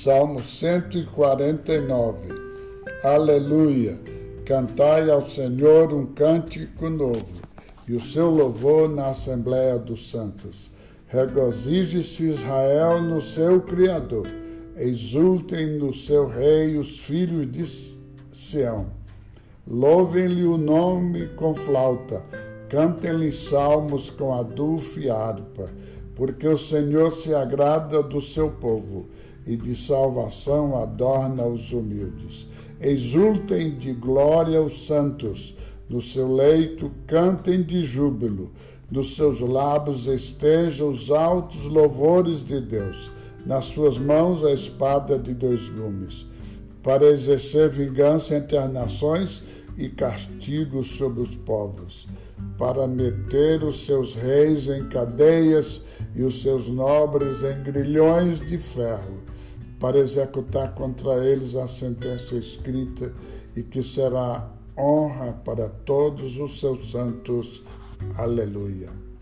Salmo 149. Aleluia! Cantai ao Senhor um cântico novo, e o seu louvor na Assembleia dos Santos. Regozije-se Israel no seu Criador, exultem no seu Rei os filhos de Sião. Louvem-lhe o nome com flauta, cantem-lhe salmos com adufo e harpa, porque o Senhor se agrada do seu povo, e de salvação adorna os humildes. Exultem de glória os santos, no seu leito cantem de júbilo, nos seus lábios estejam os altos louvores de Deus, nas suas mãos a espada de dois gumes, para exercer vingança entre as nações e castigo sobre os povos, para meter os seus reis em cadeias e os seus nobres em grilhões de ferro, para executar contra eles a sentença escrita e que será honra para todos os seus santos. Aleluia.